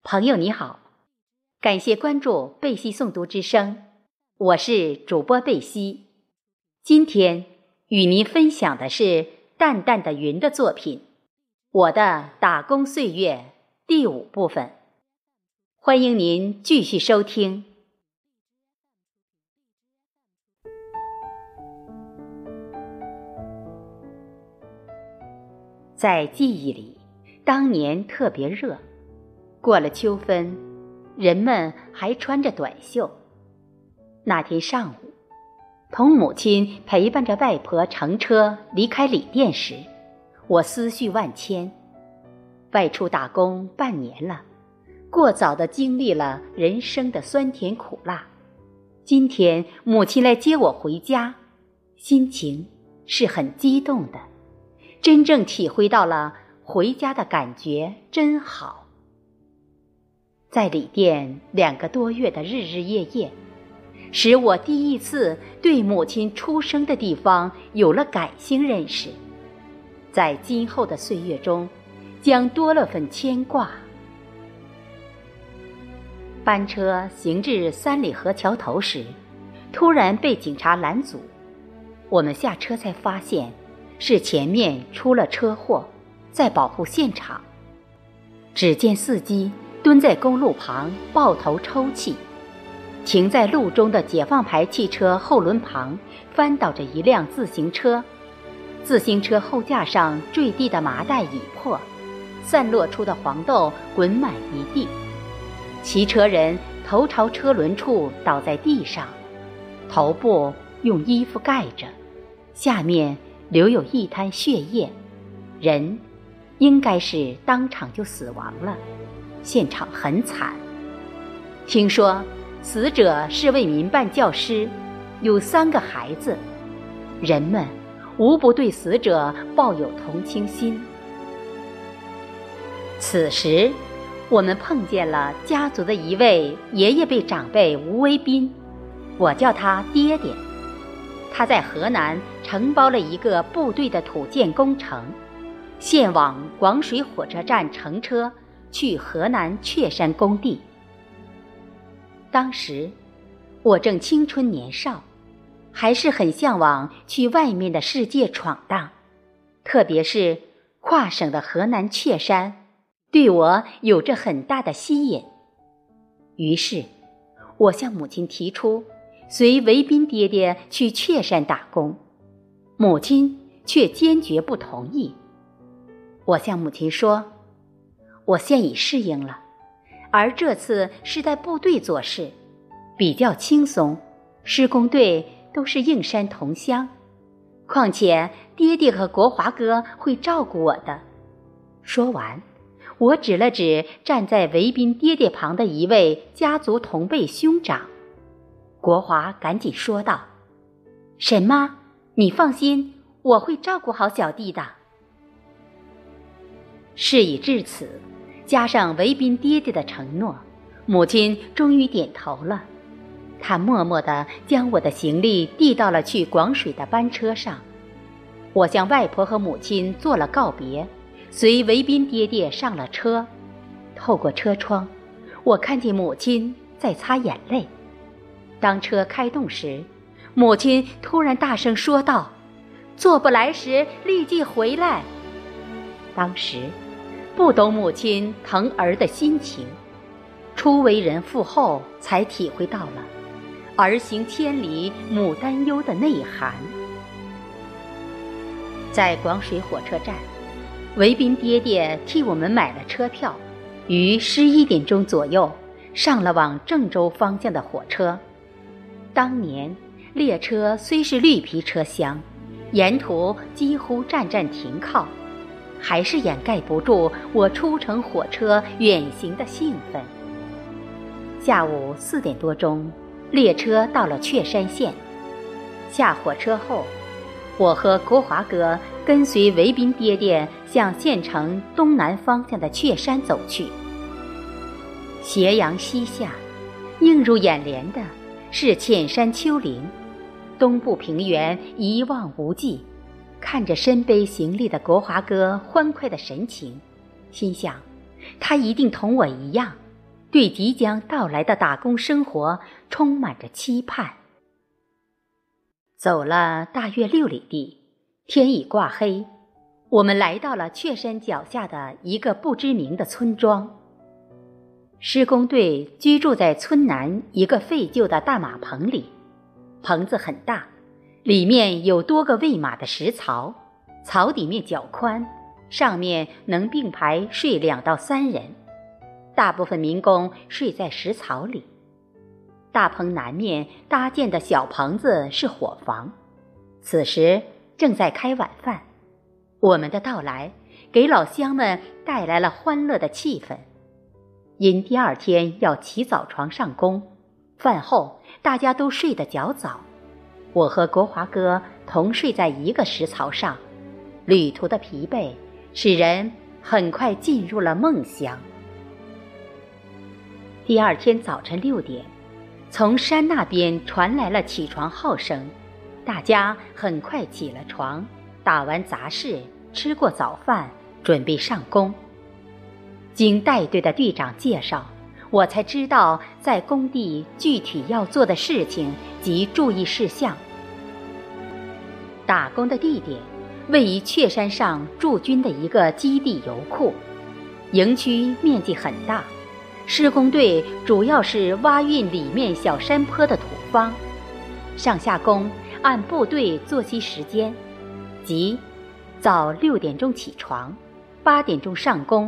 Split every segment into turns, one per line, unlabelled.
朋友你好，感谢关注贝西诵读之声，我是主播贝西。今天与您分享的是淡淡的云的作品《我的打工岁月》第5部分，欢迎您继续收听。在记忆里，当年特别热，过了秋分，人们还穿着短袖。那天上午，同母亲陪伴着外婆乘车离开旅店时，我思绪万千。外出打工半年了，过早地经历了人生的酸甜苦辣。今天母亲来接我回家，心情是很激动的，真正体会到了回家的感觉真好。在旅店2个多月的日日夜夜，使我第一次对母亲出生的地方有了感性认识，在今后的岁月中将多了份牵挂。班车行至三里河桥头时，突然被警察拦阻，我们下车才发现是前面出了车祸，在保护现场。只见司机蹲在公路旁抱头抽泣，停在路中的解放牌汽车后轮旁翻倒着一辆自行车，自行车后架上坠地的麻袋已破，散落出的黄豆滚满一地，骑车人头朝车轮处倒在地上，头部用衣服盖着，下面留有一滩血液，人应该是当场就死亡了，现场很惨。听说死者是位民办教师，有3个孩子，人们无不对死者抱有同情心。此时我们碰见了家族的一位爷爷辈长辈吴维斌，我叫他爹爹。他在河南承包了一个部队的土建工程，现往广水火车站乘车去河南确山工地。当时我正青春年少，还是很向往去外面的世界闯荡，特别是跨省的河南确山，对我有着很大的吸引。于是我向母亲提出随维斌爹爹去确山打工，母亲却坚决不同意。我向母亲说，我现已适应了，而这次是在部队做事，比较轻松，施工队都是应山同乡，况且爹爹和国华哥会照顾我的。说完，我指了指站在维斌爹爹旁的一位家族同辈兄长。国华赶紧说道，沈妈，你放心，我会照顾好小弟的。事已至此，加上维斌爹爹的承诺，母亲终于点头了。她默默地将我的行李递到了去广水的班车上。我向外婆和母亲做了告别，随维斌爹爹上了车。透过车窗，我看见母亲在擦眼泪。当车开动时，母亲突然大声说道，做不来时立即回来。当时不懂母亲疼儿的心情，初为人父后才体会到了儿行千里母担忧的内涵。在广水火车站，维斌爹爹替我们买了车票，于11点钟左右上了往郑州方向的火车。当年列车虽是绿皮车厢，沿途几乎站站停靠，还是掩盖不住我出乘火车远行的兴奋。下午4点多钟，列车到了确山县。下火车后，我和国华哥跟随维斌爹爹向县城东南方向的确山走去。斜阳西下，映入眼帘的是浅山丘陵，东部平原一望无际。看着身背行李的国华哥欢快的神情，心想他一定同我一样对即将到来的打工生活充满着期盼。走了大约6里地，天已挂黑，我们来到了雀山脚下的一个不知名的村庄。施工队居住在村南一个废旧的大马棚里，棚子很大，里面有多个喂马的食槽，槽底面较宽，上面能并排睡2到3人。大部分民工睡在食槽里。大棚南面搭建的小棚子是伙房，此时正在开晚饭。我们的到来给老乡们带来了欢乐的气氛。因第2天要起早床上工，饭后大家都睡得较早。我和国华哥同睡在一个食槽上，旅途的疲惫使人很快进入了梦乡。第2天早晨6点，从山那边传来了起床号声，大家很快起了床，打完杂事，吃过早饭，准备上工。经带队的队长介绍，我才知道在工地具体要做的事情及注意事项。打工的地点位于雀山上驻军的一个基地油库，营区面积很大，施工队主要是挖运里面小山坡的土方。上下工按部队作息时间，即早6点钟起床，8点钟上工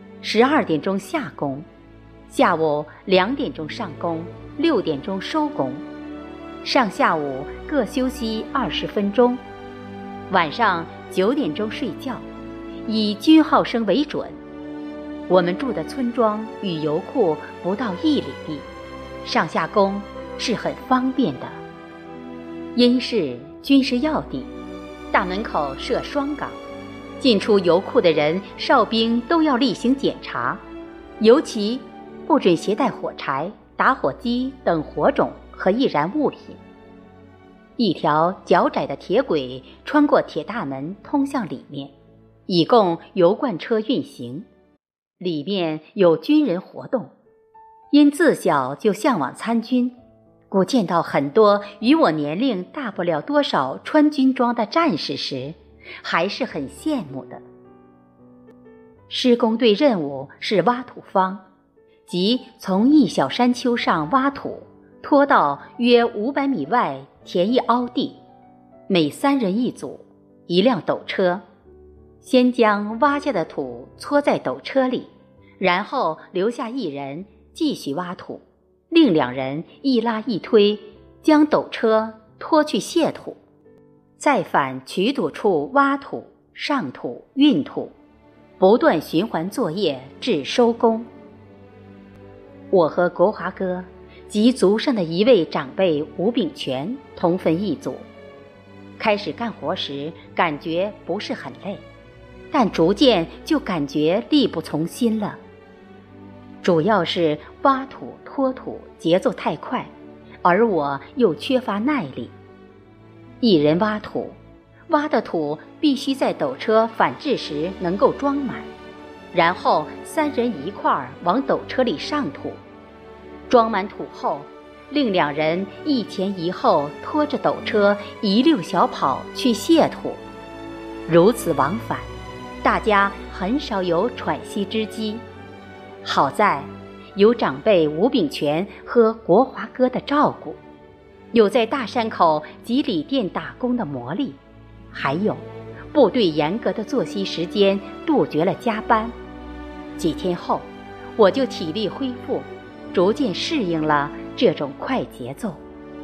，12点钟下工，下午2点钟上工，6点钟收工，上下午各休息20分钟，晚上9点钟睡觉，以军号声为准。我们住的村庄与油库不到1里地，上下工是很方便的。因是军事要地，大门口设双岗，进出油库的人哨兵都要例行检查，尤其不准携带火柴、打火机等火种和易燃物品。一条较窄的铁轨穿过铁大门通向里面，以供油罐车运行。里面有军人活动，因自小就向往参军，故见到很多与我年龄大不了多少穿军装的战士时，还是很羡慕的。施工队任务是挖土方，即从一小山丘上挖土，拖到约500米外填一凹地，每3人一组，1辆斗车，先将挖下的土搓在斗车里，然后留下1人继续挖土，另2人一拉一推，将斗车拖去卸土，再返取土处挖土、上土、运土，不断循环作业至收工。我和国华哥及族上的一位长辈吴炳全同分一组。开始干活时感觉不是很累，但逐渐就感觉力不从心了。主要是挖土拖土节奏太快，而我又缺乏耐力。1人挖土，挖的土必须在斗车返至时能够装满，然后3人一块儿往斗车里上土，装满土后，另2人一前一后拖着斗车一溜小跑去卸土，如此往返，大家很少有喘息之机。好在有长辈吴炳全和国华哥的照顾，有在大山口及里店打工的磨砺，还有部队严格的作息时间杜绝了加班。几天后，我就体力恢复，逐渐适应了这种快节奏。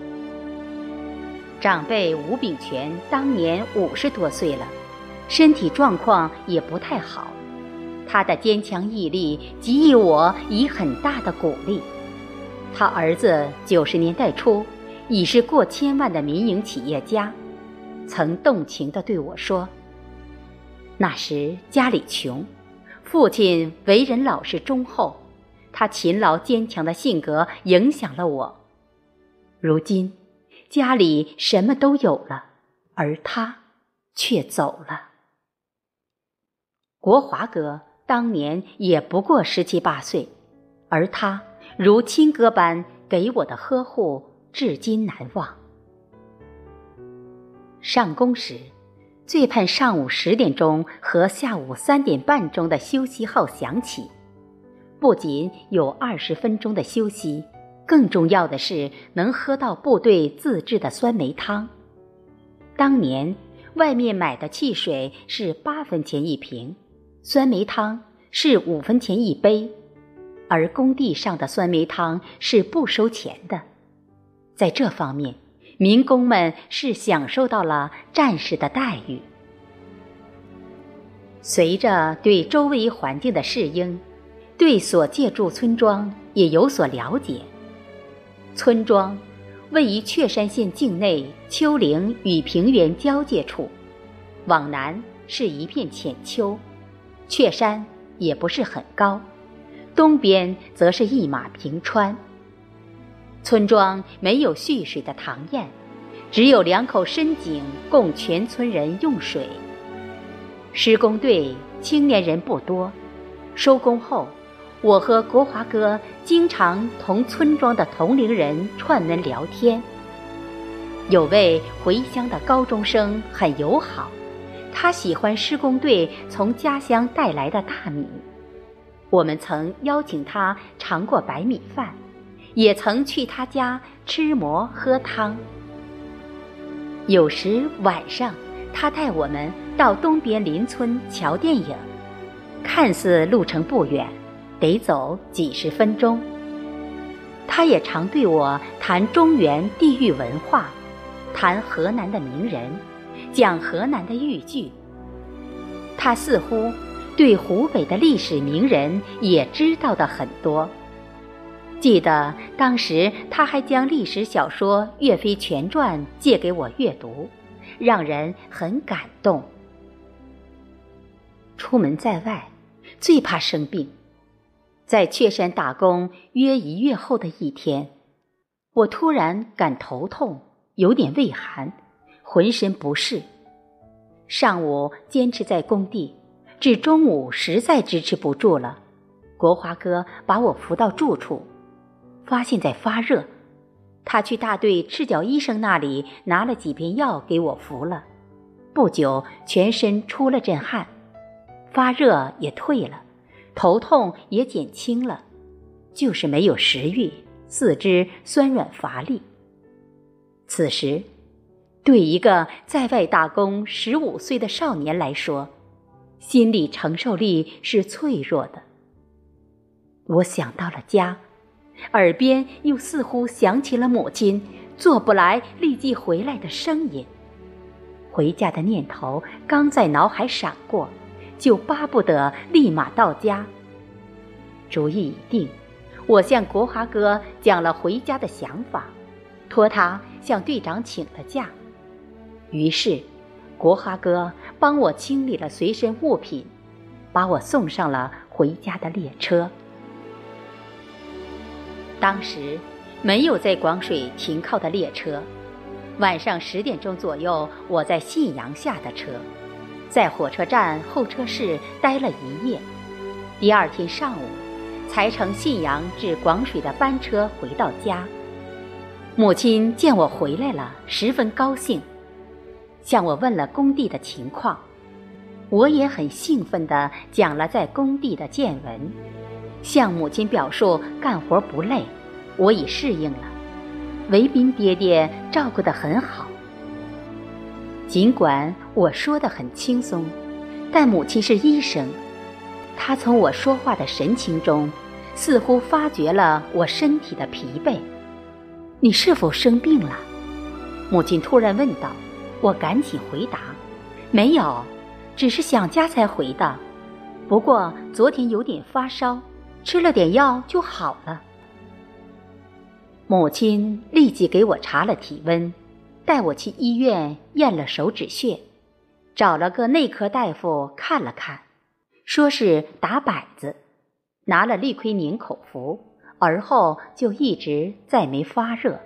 长辈吴炳全当年50多岁了，身体状况也不太好，他的坚强毅力给予我以很大的鼓励。他儿子90年代初已是过千万的民营企业家，曾动情地对我说，那时家里穷，父亲为人老实忠厚，他勤劳坚强的性格影响了我。如今家里什么都有了，而他却走了。国华哥当年也不过17、18岁，而他如亲哥般给我的呵护至今难忘。上工时，最盼上午10点钟和下午3点半钟的休息号响起，不仅有20分钟的休息，更重要的是能喝到部队自制的酸梅汤。当年外面买的汽水是8分钱一瓶，酸梅汤是5分钱一杯，而工地上的酸梅汤是不收钱的。在这方面，民工们是享受到了战士的待遇。随着对周围环境的适应，对所借住村庄也有所了解。村庄位于确山县境内丘陵与平原交界处，往南是一片浅丘，确山也不是很高，东边则是一马平川。村庄没有蓄水的塘堰，只有2口深井供全村人用水。施工队青年人不多，收工后，我和国华哥经常同村庄的同龄人串门聊天。有位回乡的高中生很友好，他喜欢施工队从家乡带来的大米。我们曾邀请他尝过白米饭，也曾去他家吃馍喝汤。有时晚上，他带我们到东边邻村瞧电影，看似路程不远，得走几十分钟。他也常对我谈中原地域文化，谈河南的名人，讲河南的豫剧。他似乎对湖北的历史名人也知道的很多。记得当时他还将历史小说《岳飞全传》借给我阅读，让人很感动。出门在外，最怕生病。在确山打工约1月后的一天，我突然感头痛，有点畏寒，浑身不适。上午坚持在工地，至中午实在支持不住了，国华哥把我扶到住处，发现在发热。他去大队赤脚医生那里拿了几片药给我服了，不久全身出了阵汗，发热也退了，头痛也减轻了，就是没有食欲，四肢酸软乏力。此时对一个在外打工15岁的少年来说，心理承受力是脆弱的。我想到了家，耳边又似乎响起了母亲做不来立即回来的声音。回家的念头刚在脑海闪过，就巴不得立马到家。主意已定，我向国华哥讲了回家的想法，托他向队长请了假。于是国华哥帮我清理了随身物品，把我送上了回家的列车。当时没有在广水停靠的列车，晚上10点钟左右，我在信阳下的车，在火车站候车室待了1夜。第2天上午才乘信阳至广水的班车回到家。母亲见我回来了，十分高兴，向我问了工地的情况。我也很兴奋地讲了在工地的见闻，向母亲表述干活不累，我已适应了，维斌爹爹照顾得很好。尽管我说得很轻松，但母亲是医生，她从我说话的神情中似乎发觉了我身体的疲惫。你是否生病了？母亲突然问道。我赶紧回答，没有，只是想家才回的，不过昨天有点发烧，吃了点药就好了。母亲立即给我查了体温，带我去医院验了手指穴，找了个内科大夫看了看，说是打摆子，拿了利奎宁口服，而后就一直再没发热。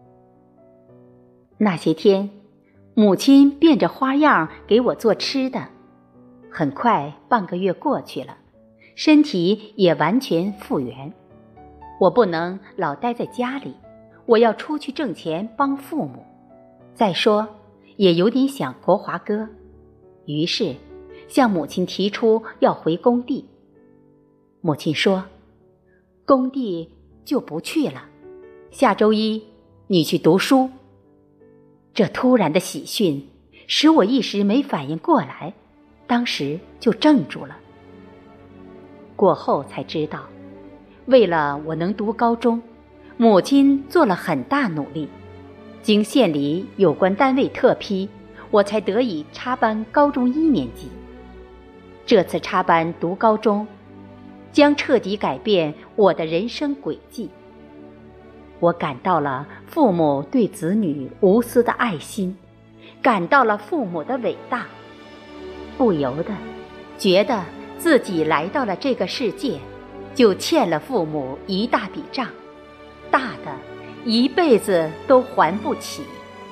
那些天母亲变着花样给我做吃的，很快半个月过去了，身体也完全复原。 我不能老待在家里，我要出去挣钱帮父母。再说，也有点想国华哥，于是向母亲提出要回工地。母亲说，工地就不去了，下周一你去读书。这突然的喜讯使我一时没反应过来，当时就怔住了。过后才知道，为了我能读高中，母亲做了很大努力，经县里有关单位特批，我才得以插班高中1年级。这次插班读高中，将彻底改变我的人生轨迹。我感到了父母对子女无私的爱心，感到了父母的伟大，不由得觉得自己来到了这个世界，就欠了父母一大笔账，大的一辈子都还不起。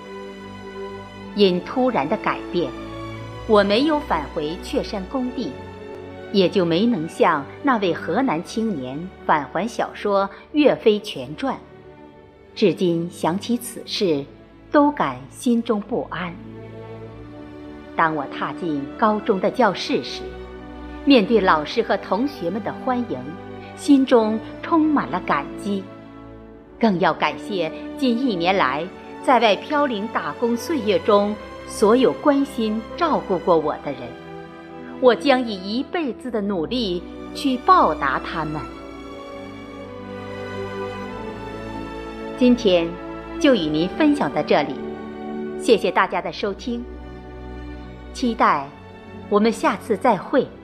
因突然的改变，我没有返回雀山工地，也就没能像那位河南青年返还小说《岳飞全传》。至今想起此事，都感心中不安。当我踏进高中的教室时，面对老师和同学们的欢迎，心中充满了感激，更要感谢近1年来在外飘零打工岁月中所有关心照顾过我的人，我将以一辈子的努力去报答他们。今天就与您分享到这里，谢谢大家的收听，期待我们下次再会。